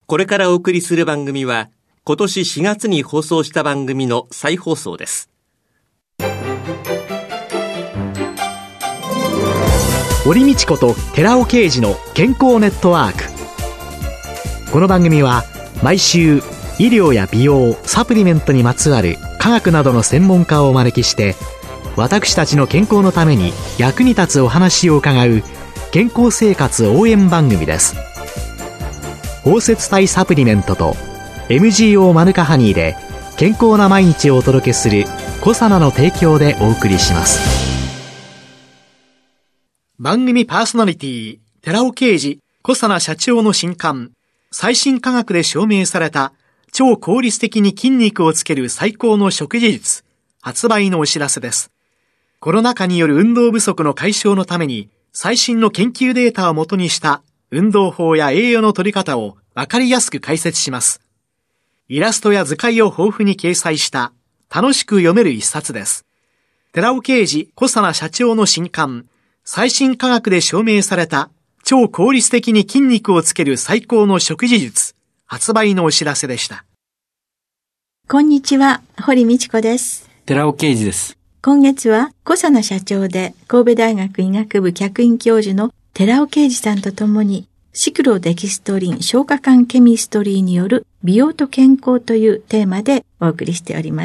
これからお送りする番組は、今年4月に放送した番組の再放送です。 堀道子と寺尾啓二の健康ネットワーク。この番組は毎週医療や美容、サプリメントにまつわる科学などの専門家をお招きして、私たちの健康のために役に立つお話を伺う健康生活応援番組です。包摂体サプリメントと MGO マヌカハニーで健康な毎日をお届けするコサナの提供でお送りします。番組パーソナリティ寺尾啓二、コサナ社長の新刊、最新科学で証明された超効率的に筋肉をつける最高の食事術発売のお知らせです。コロナ禍による運動不足の解消のために最新の研究データをもとにした運動法や栄養の取り方をわかりやすく解説します。イラストや図解を豊富に掲載した楽しく読める一冊です。寺尾啓二、コサナ社長の新刊、最新科学で証明された超効率的に筋肉をつける最高の食事術発売のお知らせでした。 こんにちは、堀道子です。 寺尾啓二です。 今月はコサナ社長で神戸大学医学部客員教授の寺尾啓二さんとともにシクロデキストリン消化管ケミストリーによる美容と健康というテーマでお送りしております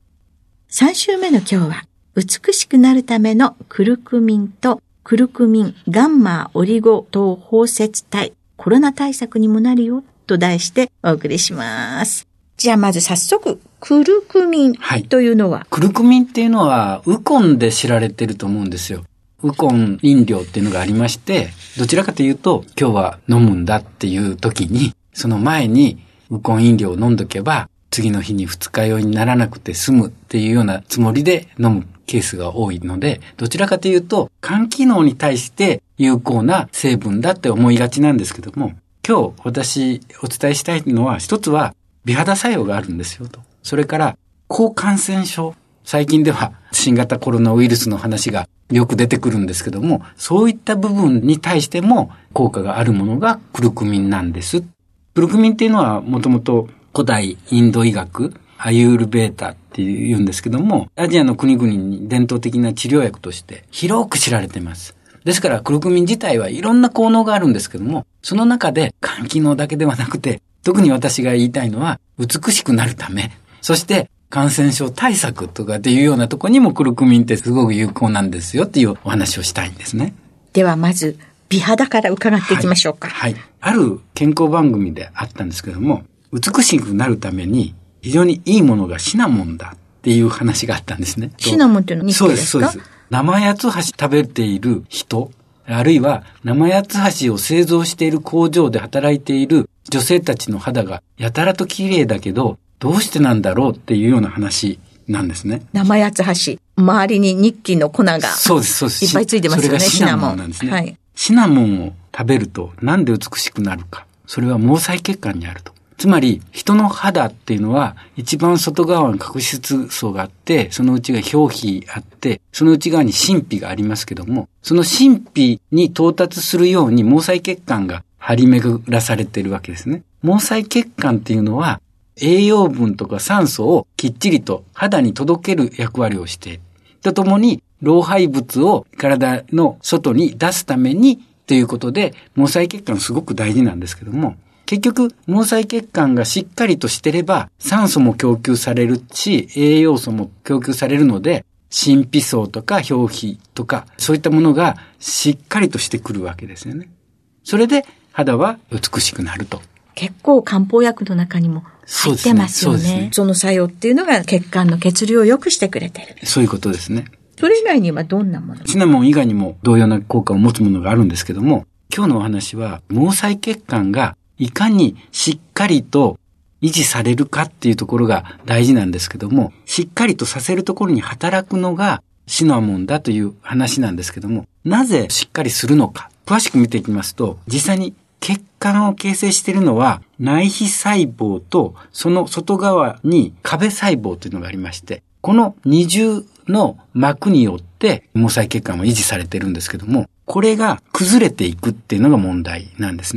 。3週目の今日は美しくなるためのクルクミンとクルクミンガンマオリゴ糖包摂体コロナ対策にもなるよと題してお送りします。じゃあまず早速クルクミンというのは、はい、 クルクミンっていうのはウコンで知られてると思うんですよ。ウコン飲料っていうのがありまして、どちらかというと今日は飲むんだっていう時にその前にウコン飲料を飲んどけば次の日に二日酔いにならなくて済むっていうようなつもりで飲むケースが多いので、どちらかというと肝機能に対して有効な成分だって思いがちなんですけども、今日私お伝えしたいのは一つは美肌作用があるんですよと。それから抗感染症。最近では新型コロナウイルスの話がよく出てくるんですけども、そういった部分に対しても効果があるものがクルクミンなんです。クルクミンっていうのはもともと古代インド医学、アユールベータって言うんですけども、アジアの国々に伝統的な治療薬として広く知られています。ですからクルクミン自体はいろんな効能があるんですけども、その中で肝機能だけではなくて、特に私が言いたいのは美しくなるため、そして感染症対策とかっていうようなところにもクルクミンってすごく有効なんですよっていうお話をしたいんですね。 ではまず美肌から伺っていきましょうか。 はい。ある健康番組であったんですけども、美しくなるために非常にいいものがシナモンだっていう話があったんですね。 シナモンっていうのは肉ですか？ そうです。生八つ橋食べている人、あるいは生八つ橋を製造している工場で働いている女性たちの肌がやたらと綺麗だけど、どうしてなんだろうっていうような話なんですね。 生八つ橋。周りにニッキの粉がいっぱいついてますよね。 それがシナモンなんですね。 はい。 シナモンを食べるとなんで美しくなるか。それは毛細血管にあると。つまり人の肌っていうのは一番外側に角質層があって、その内側に表皮あって、その内側に真皮がありますけども、その真皮に到達するように毛細血管が張り巡らされているわけですね。毛細血管っていうのは栄養分とか酸素をきっちりと肌に届ける役割をしている。とともに老廃物を体の外に出すためにということで、毛細血管すごく大事なんですけども、結局毛細血管がしっかりとしてれば酸素も供給されるし、栄養素も供給されるので、真皮層とか表皮とかそういったものがしっかりとしてくるわけですよね。それで肌は美しくなると。 結構漢方薬の中にも入ってますよね。その作用っていうのが血管の血流を良くしてくれてる。 そういうことですね。 それ以外にはどんなもの？ シナモン以外にも同様な効果を持つものがあるんですけども、今日のお話は毛細血管がいかにしっかりと維持されるかっていうところが大事なんですけども、しっかりとさせるところに働くのがシナモンだという話なんですけども、なぜしっかりするのか詳しく見ていきますと、実際に血管を形成しているのは内皮細胞とその外側に壁細胞というのがありまして、この二重の膜によって毛細血管は維持されているんですけども、これが崩れていくっていうのが問題なんですね。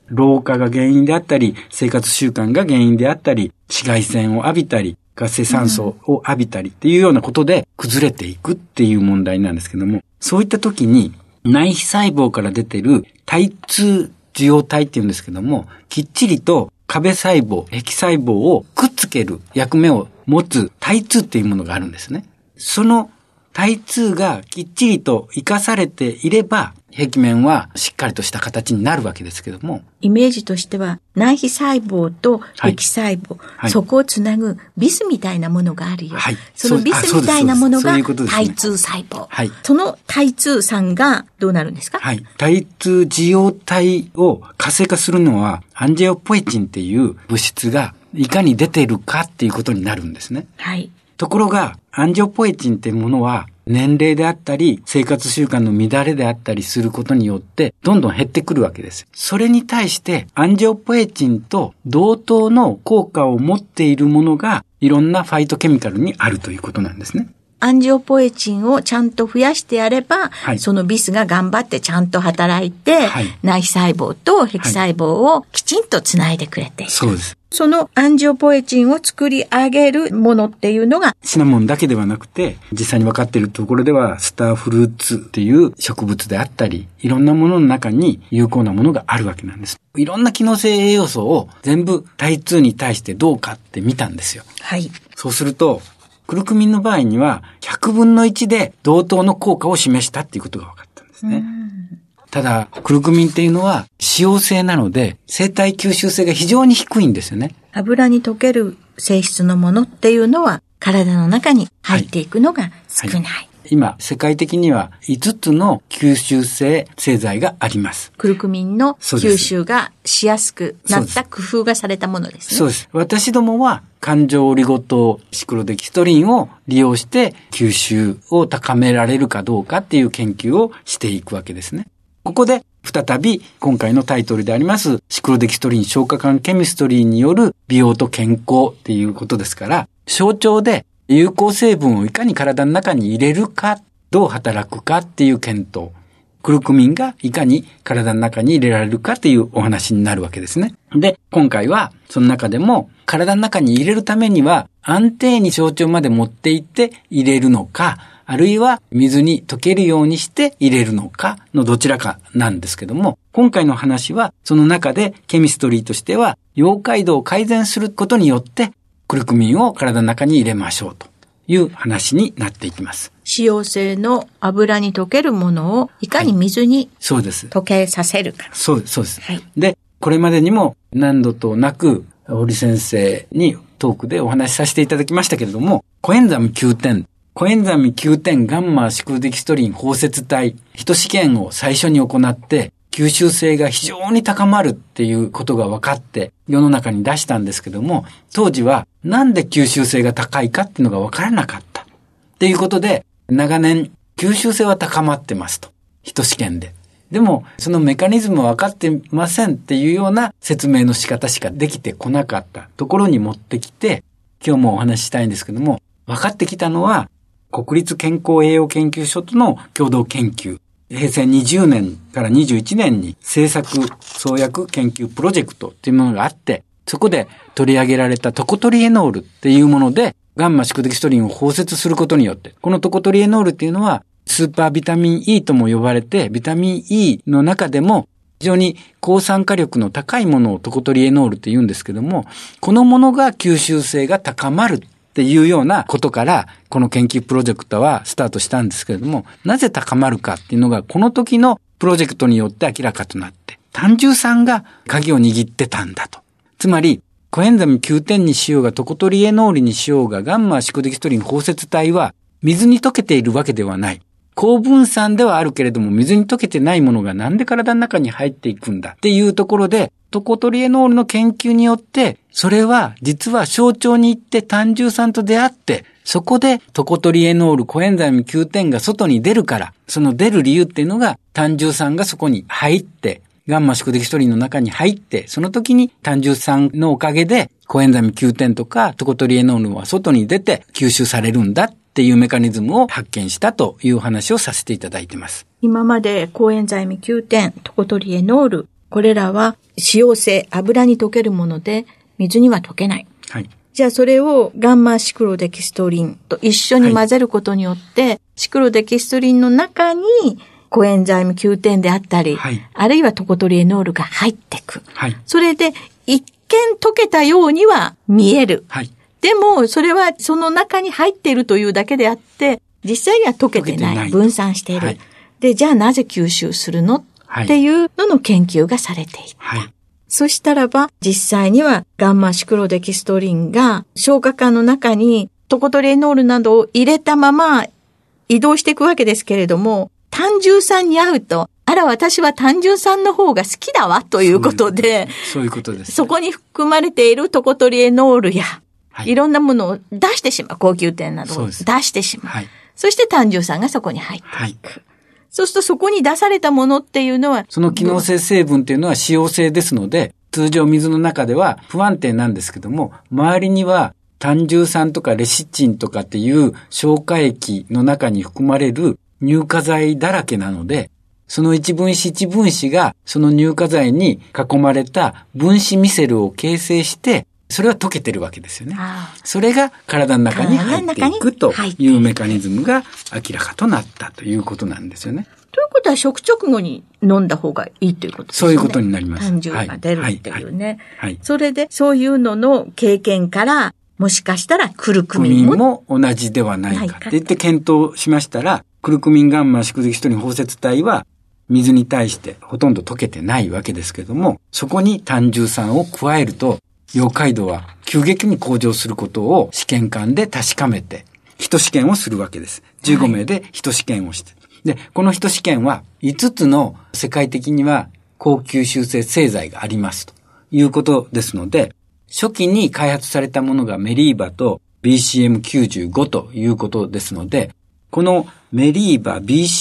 老化が原因であったり、生活習慣が原因であったり、紫外線を浴びたり、活性酸素を浴びたりっていうようなことで崩れていくっていう問題なんですけども、そういった時に内皮細胞から出てる体痛受容体っていうんですけども、きっちりと壁細胞、壁細胞をくっつける役目を持つ体痛っていうものがあるんですね。その体痛がきっちりと生かされていれば、壁面はしっかりとした形になるわけですけども。 イメージとしては、内皮細胞と壁細胞、 はい、 そこをつなぐビスみたいなものがあるよ。 はい、 そのビスみたいなものが体痛細胞。 はい、 その体痛酸がどうなるんですか？ はい。体痛受容体を活性化するのは、アンジオポエチンっていう物質がいかに出ているかっていうことになるんですね。 はい。 ところが、アンジオポエチンっていうものは、年齢であったり、生活習慣の乱れであったりすることによって、どんどん減ってくるわけです。それに対して、アンジオポエチンと同等の効果を持っているものが、いろんなファイトケミカルにあるということなんですね。 アンジオポエチンをちゃんと増やしてやれば、 はい、 そのビスが頑張ってちゃんと働いて、はい、内皮細胞と壁細胞をきちんとつないでくれている。 そうです。 そのアンジオポエチンを作り上げるものっていうのが、 シナモンだけではなくて、実際に分かっているところでは、スターフルーツっていう植物であったり、いろんなものの中に有効なものがあるわけなんです。いろんな機能性栄養素を全部体痛に対してどうかって見たんですよ。 はい。 そうすると、クルクミンの場合には100分の1で同等の効果を示したっていうことが分かったんですね。ただ、クルクミンっていうのは脂溶性なので生体吸収性が非常に低いんですよね。 油に溶ける性質のものっていうのは体の中に入っていくのが少ない。はいはい、 今、世界的には5つの吸収性製剤があります。 クルクミンの吸収がしやすくなった工夫がされたものですね。 そうです。私どもは環状オリゴ糖シクロデキストリンを利用して吸収を高められるかどうかっていう研究をしていくわけですね。ここで再び今回のタイトルでありますシクロデキストリン消化管ケミストリーによる美容と健康っていうことですから、象徴で有効成分をいかに体の中に入れるか、どう働くかっていう検討。クルクミンがいかに体の中に入れられるかっていうお話になるわけですね。で、今回はその中でも体の中に入れるためには安定に象徴まで持っていって入れるのか、あるいは水に溶けるようにして入れるのかのどちらかなんですけども、今回の話はその中でケミストリーとしては溶解度を改善することによってクルクミンを体の中に入れましょうという話になっていきます。 脂溶性の油に溶けるものをいかに水に溶けさせるか。 そうです。はい、で、これまでにも何度となく堀先生にトークでお話しさせていただきましたけれども、コエンザミ Q10、コエンザミ Q10 ガンマシクロデキストリン包摂体、1試験を最初に行って吸収性が非常に高まるっていうことが分かって世の中に出したんですけども、当時はなんで吸収性が高いかっていうのが分からなかったっていうことで、長年吸収性は高まってますと、1試験で。でもそのメカニズムは分かってませんっていうような説明の仕方しかできてこなかったところに持ってきて、今日もお話ししたいんですけども、分かってきたのは国立健康栄養研究所との共同研究、平成20年から21年に政策創薬研究プロジェクトっていうものがあって、そこで取り上げられたトコトリエノールっていうものでガンマシクロデキストリンを包摂することによって、このトコトリエノールっていうのはスーパービタミン E とも呼ばれて、ビタミン E の中でも非常に抗酸化力の高いものをトコトリエノールって言うんですけども、このものが吸収性が高まるっていうようなことから、この研究プロジェクトはスタートしたんですけれども、なぜ高まるかっていうのがこの時のプロジェクトによって明らかとなって、胆汁酸が鍵を握ってたんだと。つまり、コエンザミ Q10 にしようがトコトリエノールにしようがガンマシクロデキストリン包摂体は水に溶けているわけではない。高分散ではあるけれども水に溶けてないものがなんで体の中に入っていくんだっていうところで、トコトリエノールの研究によって、それは実は小腸に行って胆汁酸と出会って、そこでトコトリエノール、コエンザミ Q10 が外に出るから、その出る理由っていうのが胆汁酸がそこに入って、ガンマシクロデキストリンの中に入って、その時に胆汁酸のおかげでコエンザミ Q10 とかトコトリエノールは外に出て吸収されるんだっていうメカニズムを発見したという話をさせていただいています。 今までコエンザイム Q10、トコトリエノール、 これらは脂溶性、油に溶けるもので、水には溶けない。 はい。 じゃあそれをガンマシクロデキストリンと一緒に混ぜることによって、シクロデキストリンの中にコエンザイム Q10 であったり、あるいはトコトリエノールが入っていく。それで一見溶けたようには見える。でもそれはその中に入っているというだけであって、実際には溶けてない。分散している。で、じゃあなぜ吸収するのっていうのの研究がされている。そしたらば、実際にはガンマシクロデキストリンが消化管の中にトコトリエノールなどを入れたまま移動していくわけですけれども、単純酸に合うと、あら私は単純酸の方が好きだわということで、 そういうことです。 そこに含まれているトコトリエノールや、いろんなものを出してしまう。高級店などを出してしまう。そして単純酸がそこに入っていく。そうするとそこに出されたものっていうのは、 その機能性成分っていうのは脂溶性ですので、通常水の中では不安定なんですけども、周りには単重酸とかレシチンとかっていう消化液の中に含まれる乳化剤だらけなので、その一分子一分子がその乳化剤に囲まれた分子ミセルを形成して、それは溶けてるわけですよね。それが体の中に入っていくというメカニズムが明らかとなったということなんですよね。 ということは食直後に飲んだ方がいいということですね。 そういうことになります。 単純が出るっていうね。それでそういうのの経験から、もしかしたらクルクミンも同じではないかって言って検討しましたら、クルクミンガンマシクロデキストリン包摂体は水に対してほとんど溶けてないわけですけども、そこに単重酸を加えると、溶解度は急激に向上することを試験管で確かめて、一試験をするわけです。15名で一試験をして。で、この一試験は5つの世界的には高吸収性製剤がありますということですので、初期に開発されたものがメリーバと BCM95 ということですので、このメリーバ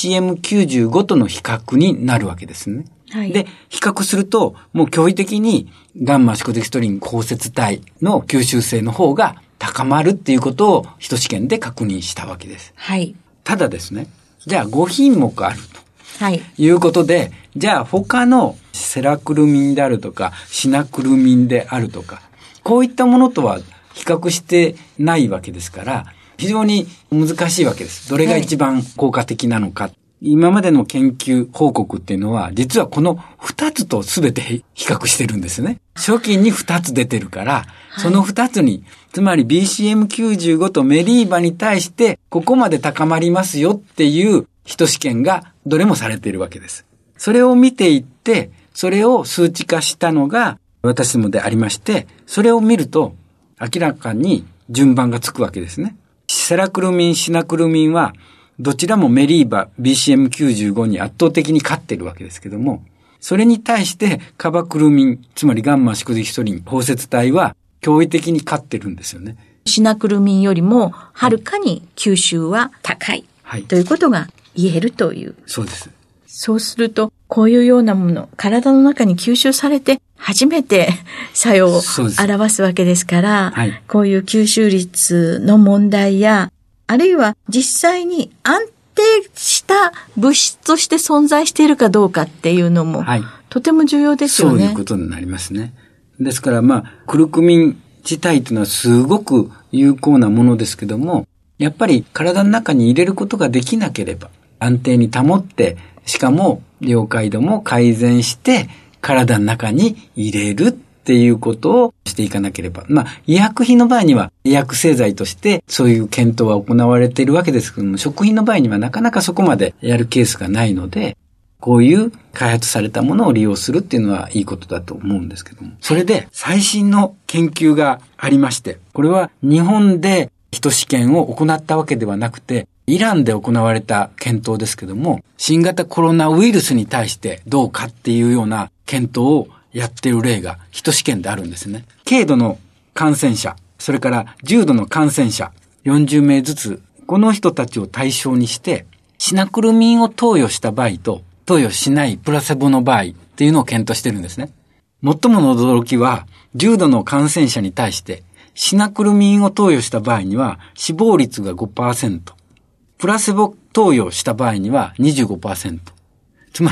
BCM95 との比較になるわけですね。で、比較すると、もう驚異的にガンマシクロデキストリン包摂体の吸収性の方が高まるっていうことを一試験で確認したわけです。ただですね、じゃあ5品目あると。いうことで、じゃあ他のセラクルミンであるとか、シナクルミンであるとか、こういったものとは比較してないわけですから、非常に難しいわけです。どれが一番効果的なのか。今までの研究報告っていうのは、実はこの2つと全て比較してるんですね。初期に2つ出てるから、その2つに、つまり BCM95 とメリーバに対して、ここまで高まりますよっていう一試験がどれもされているわけです。それを見ていって、それを数値化したのが私どもでありまして、それを見ると明らかに順番がつくわけですね。セラクルミン、シナクルミンは、どちらもメリーバ BCM95 に圧倒的に勝っているわけですけども、それに対してカバクルミン、つまりガンマシクロデキストリン包摂体は驚異的に勝ってるんですよね。 シナクルミンよりもはるかに吸収は高い、ということが言えるという。 そうです。 そうすると、こういうようなもの、体の中に吸収されて初めて作用を表すわけですから、こういう吸収率の問題や、あるいは実際に安定した物質として存在しているかどうかっていうのも、とても重要ですよね。 そういうことになりますね。ですからクルクミン自体というのはすごく有効なものですけども、やっぱり体の中に入れることができなければ、安定に保って、しかも溶解度も改善して、体の中に入れるっていうことをしていかなければ。医薬品の場合には医薬製剤としてそういう検討は行われているわけですけども、食品の場合にはなかなかそこまでやるケースがないので、こういう開発されたものを利用するっていうのはいいことだと思うんですけども。それで最新の研究がありまして、これは日本で一試験を行ったわけではなくて、イランで行われた検討ですけども、新型コロナウイルスに対してどうかっていうような検討をやっている例が一試験であるんですね。軽度の感染者、それから重度の感染者、40名ずつ、この人たちを対象にして、シナクルミンを投与した場合と、投与しないプラセボの場合っていうのを検討してるんですね。最もの驚きは、重度の感染者に対して、シナクルミンを投与した場合には、死亡率が 5%、プラセボ投与した場合には 25%。つまり、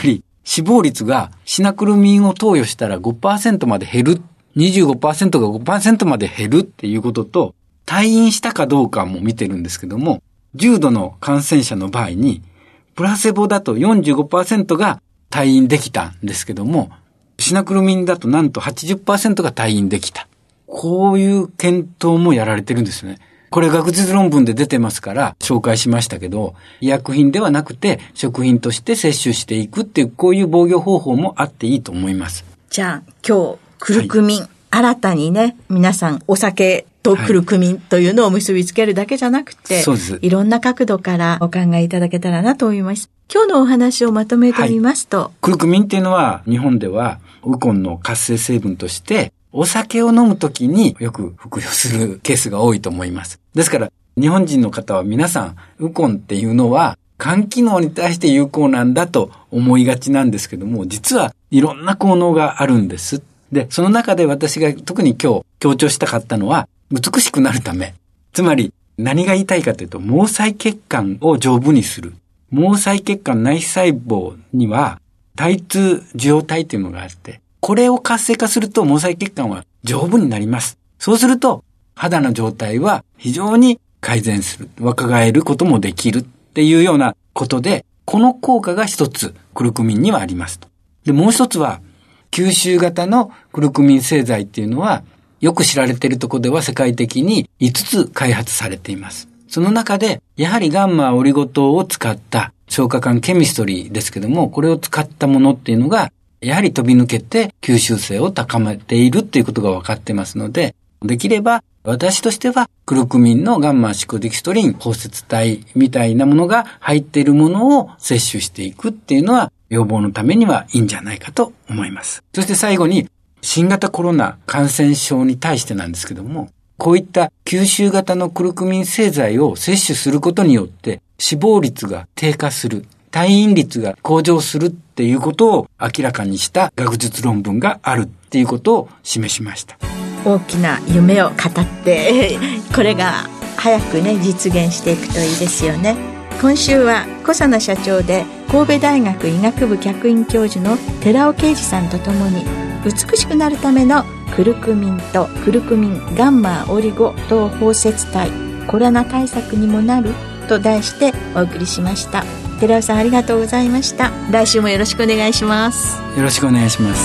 死亡率がシナクルミンを投与したら 5% まで減る、25% が 5% まで減るっていうことと、退院したかどうかも見てるんですけども、重度の感染者の場合に、プラセボだと 45% が退院できたんですけども、シナクルミンだとなんと 80% が退院できた。こういう検討もやられてるんですよね。これ学術論文で出てますから紹介しましたけど、医薬品ではなくて食品として摂取していくっていう、こういう防御方法もあっていいと思います。 じゃあ今日クルクミン、新たにね、皆さんお酒とクルクミンというのを結びつけるだけじゃなくて、 そうです。 いろんな角度からお考えいただけたらなと思います。今日のお話をまとめてみますと、 クルクミンっていうのは日本ではウコンの活性成分としてお酒を飲むときによく服用するケースが多いと思います。ですから日本人の方は皆さんウコンっていうのは肝機能に対して有効なんだと思いがちなんですけども、実はいろんな効能があるんです。で、その中で私が特に今日強調したかったのは、美しくなるため。つまり何が言いたいかというと、毛細血管を丈夫にする。毛細血管内細胞には体痛受容体というのがあって、これを活性化すると毛細血管は丈夫になります。そうすると肌の状態は非常に改善する。若返ることもできるっていうようなことで、この効果が一つクルクミンにはありますと。で、もう一つは吸収型のクルクミン製剤っていうのはよく知られているところでは世界的に5つ開発されています。その中でやはりガンマオリゴ糖を使った消化管ケミストリーですけども、これを使ったものっていうのがやはり飛び抜けて吸収性を高めているっていうことが分かってますので、できれば私としてはクルクミンのガンマシクデキストリン包摂体みたいなものが入っているものを摂取していくっていうのは予防のためにはいいんじゃないかと思います。そして最後に新型コロナ感染症に対してなんですけども、こういった吸収型のクルクミン製剤を摂取することによって死亡率が低下する、退院率が向上するっていうことを明らかにした学術論文があるっていうことを示しました。 大きな夢を語ってこれが早くね実現していくといいですよね。今週は小佐奈社長で神戸大学医学部客員教授の寺尾啓二さんとともに、美しくなるためのクルクミンとクルクミンガンマオリゴ糖包摂体、コロナ対策にもなると題してお送りしました。寺尾さんありがとうございました。来週もよろしくお願いします。 よろしくお願いします。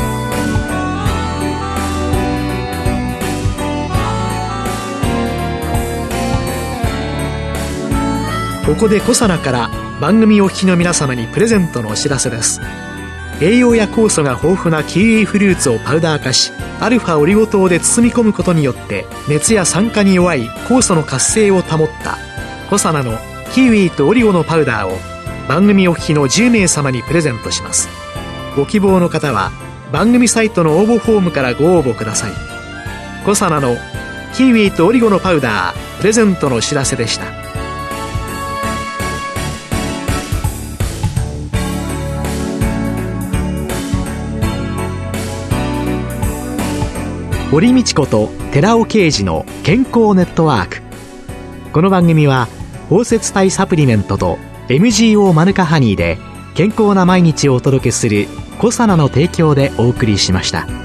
ここでコサナから番組お聞きの皆様にプレゼントのお知らせです。栄養や酵素が豊富なキウイフルーツをパウダー化し、アルファオリゴ糖で包み込むことによって熱や酸化に弱い酵素の活性を保ったコサナのキウイとオリゴのパウダーを番組お聞きの10名様にプレゼントします。ご希望の方は番組サイトの応募フォームからご応募ください。コサナのキウイとオリゴのパウダープレゼントのお知らせでした。堀道子と寺尾啓二の健康ネットワーク。この番組は包摂体サプリメントと MGO マヌカハニーで健康な毎日をお届けするコサナの提供でお送りしました。